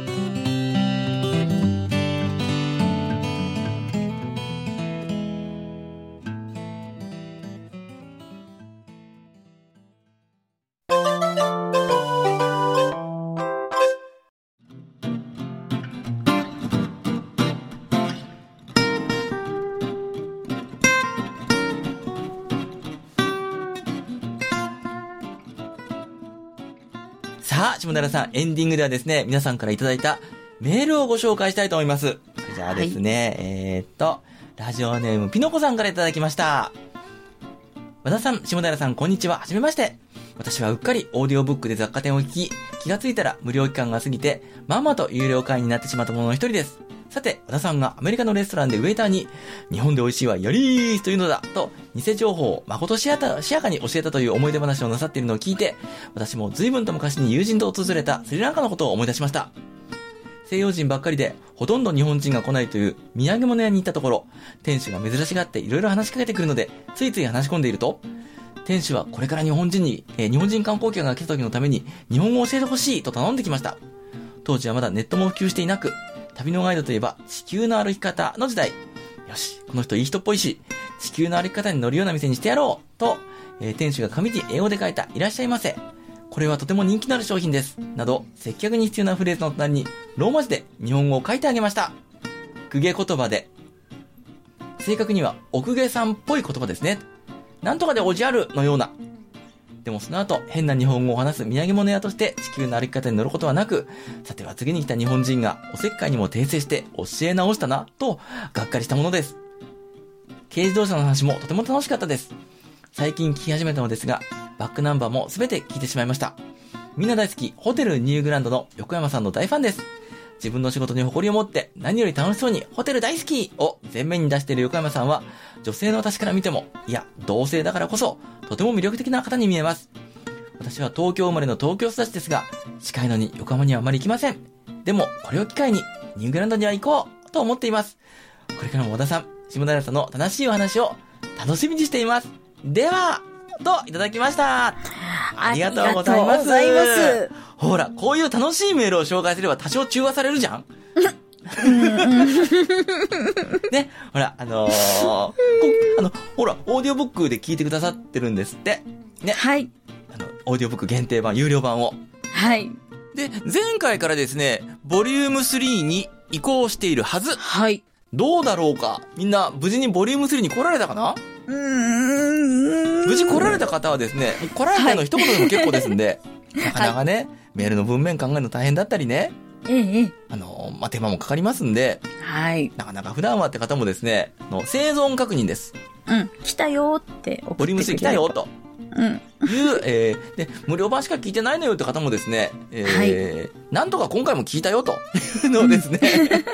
Speaker 1: さあ、下平さん、エンディングではですね、皆さんからいただいたメールをご紹介したいと思います。じゃあですね、はい、えー、っと、ラジオネームピノコさんからいただきました。和田さん、下平さん、こんにちは。はじめまして。私はうっかりオーディオブックで雑貨店を聞き、気がついたら無料期間が過ぎて、まんまと有料会員になってしまったものの一人です。さて、和田さんがアメリカのレストランでウェイターに、日本で美味しいはよりーすというのだ、と、偽情報を誠しやかに教えたという思い出話をなさっているのを聞いて、私も随分と昔に友人と訪れたスリランカのことを思い出しました。西洋人ばっかりで、ほとんど日本人が来ないという土産物屋に行ったところ、店主が珍しがっていろいろ話しかけてくるので、ついつい話し込んでいると、店主はこれから日本人に、えー、日本人観光客が来た時のために日本語を教えてほしいと頼んできました。当時はまだネットも普及していなく、旅のガイドといえば地球の歩き方の時代。よし、この人いい人っぽいし、地球の歩き方に乗るような店にしてやろうと、えー、店主が紙に英語で書いたいらっしゃいませ。これはとても人気のある商品です。など、接客に必要なフレーズの隣にローマ字で日本語を書いてあげました。公家言葉で。正確にはお公家さんっぽい言葉ですね。なんとかでおじあるのような。でもその後、変な日本語を話す土産物屋として地球の歩き方に乗ることはなく、さては次に来た日本人がおせっかいにも訂正して教え直したな、と、がっかりしたものです。軽自動車の話もとても楽しかったです。最近聞き始めたのですが、バックナンバーもすべて聞いてしまいました。みんな大好き、ホテルニューグランドの横山さんの大ファンです。自分の仕事に誇りを持って何より楽しそうにホテル大好きを前面に出している横山さんは、女性の私から見ても、いや同性だからこそとても魅力的な方に見えます。私は東京生まれの東京育ちですが、近いのに横浜にはあまり行きません。でもこれを機会にニューグランドには行こうと思っています。これからも小田さん、下平さんの正しいお話を楽しみにしています。ではといただきました。ありがとうございます。
Speaker 2: ありがとうございます。
Speaker 1: ほら、こういう楽しいメールを紹介すれば多少中和されるじゃんね、ほら、あのー、こあの、ほら、オーディオブックで聞いてくださってるんですって。ね。
Speaker 2: はい。
Speaker 1: あの、オーディオブック限定版、有料版を。
Speaker 2: はい。
Speaker 1: で、前回からですね、ボリュームスリーに移行しているはず。
Speaker 2: はい。
Speaker 1: どうだろうか。みんな、無事にボリュームスリーに来られたかな？
Speaker 2: うーん。
Speaker 1: 無事来られた方はですね、来られたの一言でも結構ですんで、はい、なかなかね、はい、メールの文面考えるの大変だったりね。
Speaker 2: ええ。
Speaker 1: あの、まあ、手間もかかりますんで、
Speaker 2: はい。
Speaker 1: なかなか普段はって方もですね、の生存確認です。
Speaker 2: うん。来たよって送ってくれる。
Speaker 1: ボリュームスリー来たよと。
Speaker 2: うん。
Speaker 1: いう、えー、で、無料版しか聞いてないのよって方もですね、えー、はい、なんとか今回も聞いたよというのをですね、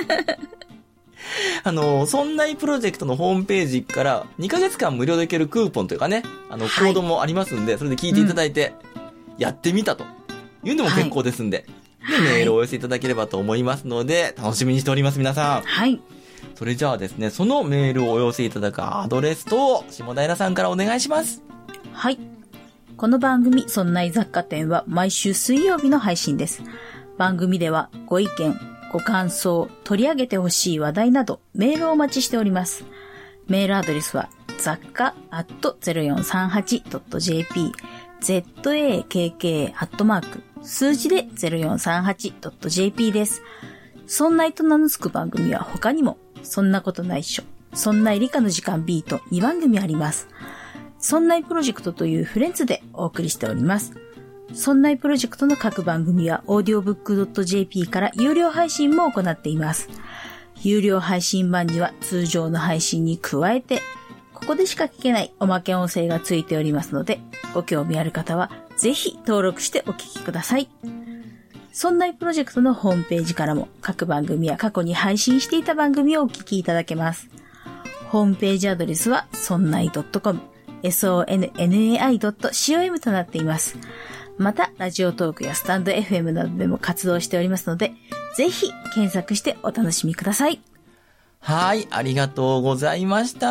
Speaker 1: あの、そんないプロジェクトのホームページからにかげつかん無料でいけるクーポンというかね、あの、コードもありますんで、はい、それで聞いていただいて、やってみたというのも結構ですんで、はい、で、メールをお寄せいただければと思いますので、楽しみにしております、皆さん。
Speaker 2: はい。
Speaker 1: それじゃあですね、そのメールをお寄せいただくアドレスと、下平さんからお願いします。
Speaker 2: はい。この番組、そんない雑貨店は毎週水曜日の配信です。番組ではご意見、ご感想、取り上げてほしい話題などメールをお待ちしております。メールアドレスは雑貨 アットゼロよんさんはちドットジェーピー、ザッカ アットマーク数字で ゼロよんさんはちドットジェーピー です。そんないと名の付く番組は他にも、そんなことないっしょ、そんない理科の時間 B とにばん組あります。そんないプロジェクトというフレンズでお送りしております。そんないプロジェクトの各番組は オーディオブックドットジェーピー から有料配信も行っています。有料配信版には通常の配信に加えて、ここでしか聞けないおまけ音声がついておりますので、ご興味ある方はぜひ登録してお聞きください。そんないプロジェクトのホームページからも各番組や過去に配信していた番組をお聞きいただけます。ホームページアドレスは ソンナイドットコム、ソンナイドットコム となっています。また、ラジオトークやスタンド エフエム などでも活動しておりますので、ぜひ検索してお楽しみください。
Speaker 1: はい、ありがとうございました。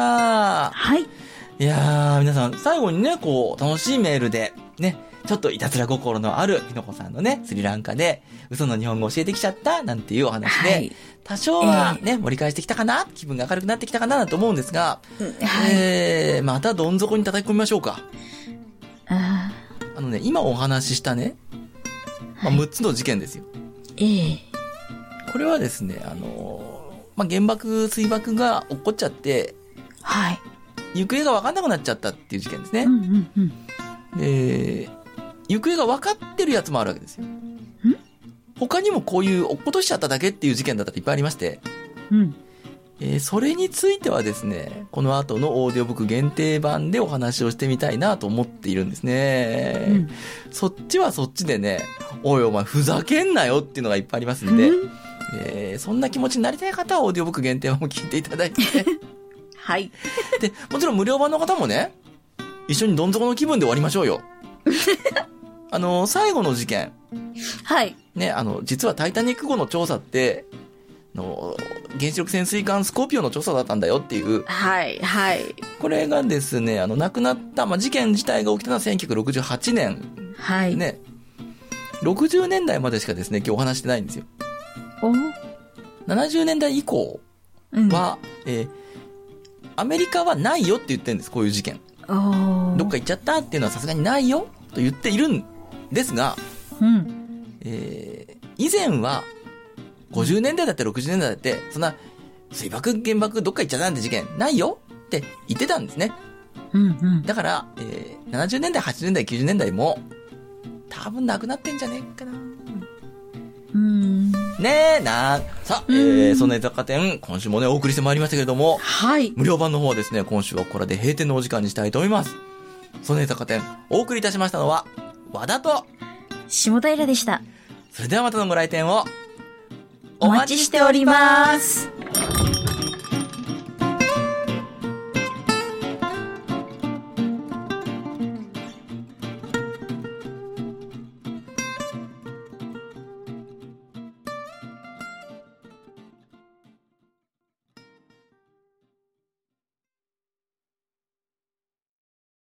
Speaker 2: はい。
Speaker 1: いやー、皆さん、最後にね、こう、楽しいメールで、ね、ちょっといたずら心のあるピノコさんのね、スリランカで嘘の日本語教えてきちゃったなんていうお話で、はい、多少はね、えー、盛り返してきたかな、気分が明るくなってきたかなと思うんですが、はい、えー、またどん底に叩き込みましょうか。
Speaker 2: あ
Speaker 1: あのね、今お話ししたね、まあ、むっつの事件ですよ。
Speaker 2: ええー。
Speaker 1: これはですね、あのー、まあ、原爆、水爆が起こっちゃって、
Speaker 2: はい。
Speaker 1: 行方が分かんなくなっちゃったっていう事件ですね。
Speaker 2: うんうんうん。
Speaker 1: で、行方が分かってるやつもあるわけですよ。
Speaker 2: ん？
Speaker 1: 他にもこういう落っことしちゃっただけっていう事件だったっていっぱいありまして、
Speaker 2: うん。
Speaker 1: えー、それについてはですね、この後のオーディオブック限定版でお話をしてみたいなと思っているんですね。うん、そっちはそっちでね、おいお前ふざけんなよっていうのがいっぱいありますんで、うん、えー、そんな気持ちになりたい方はオーディオブック限定版も聞いていただいて、
Speaker 2: はい。
Speaker 1: で、もちろん無料版の方もね、一緒にどん底の気分で終わりましょうよ。あの、最後の事件。
Speaker 2: はい。
Speaker 1: ね、あの、実はタイタニック号の調査って、の原子力潜水艦スコーピオンの調査だったんだよっていう。
Speaker 2: はい、はい。
Speaker 1: これがですね、あの、亡くなった、まあ、事件自体が起きたのはせんきゅうひゃくろくじゅうはちねん。
Speaker 2: はい。
Speaker 1: ね。ろくじゅうねんだいまでしかですね、今日お話してないんですよ。
Speaker 2: お
Speaker 1: ななじゅうねんだい以降は、うん、えー、アメリカはないよって言ってるんです、こういう事件。
Speaker 2: お
Speaker 1: どっか行っちゃったっていうのはさすがにないよと言っているんですが、
Speaker 2: うん。
Speaker 1: えー、以前は、ごじゅうねんだいだってろくじゅうねんだいだって、そんな、水爆、原爆、どっか行っちゃったなんて事件ないよって言ってたんですね。
Speaker 2: うんうん。
Speaker 1: だから、えー、ななじゅうねんだい、はちじゅうねんだい、きゅうじゅうねんだいも、多分なくなってんじゃねえかな。
Speaker 2: うん。
Speaker 1: ねえなさあ、えー、そんな雑貨店、今週もね、お送りしてまいりましたけれども、
Speaker 2: はい。
Speaker 1: 無料版の方はですね、今週はこれで閉店のお時間にしたいと思います。そんな雑貨店、お送りいたしましたのは、和田と、
Speaker 2: 下平でした。
Speaker 1: それではまたのご来店を、
Speaker 2: お待ちしております。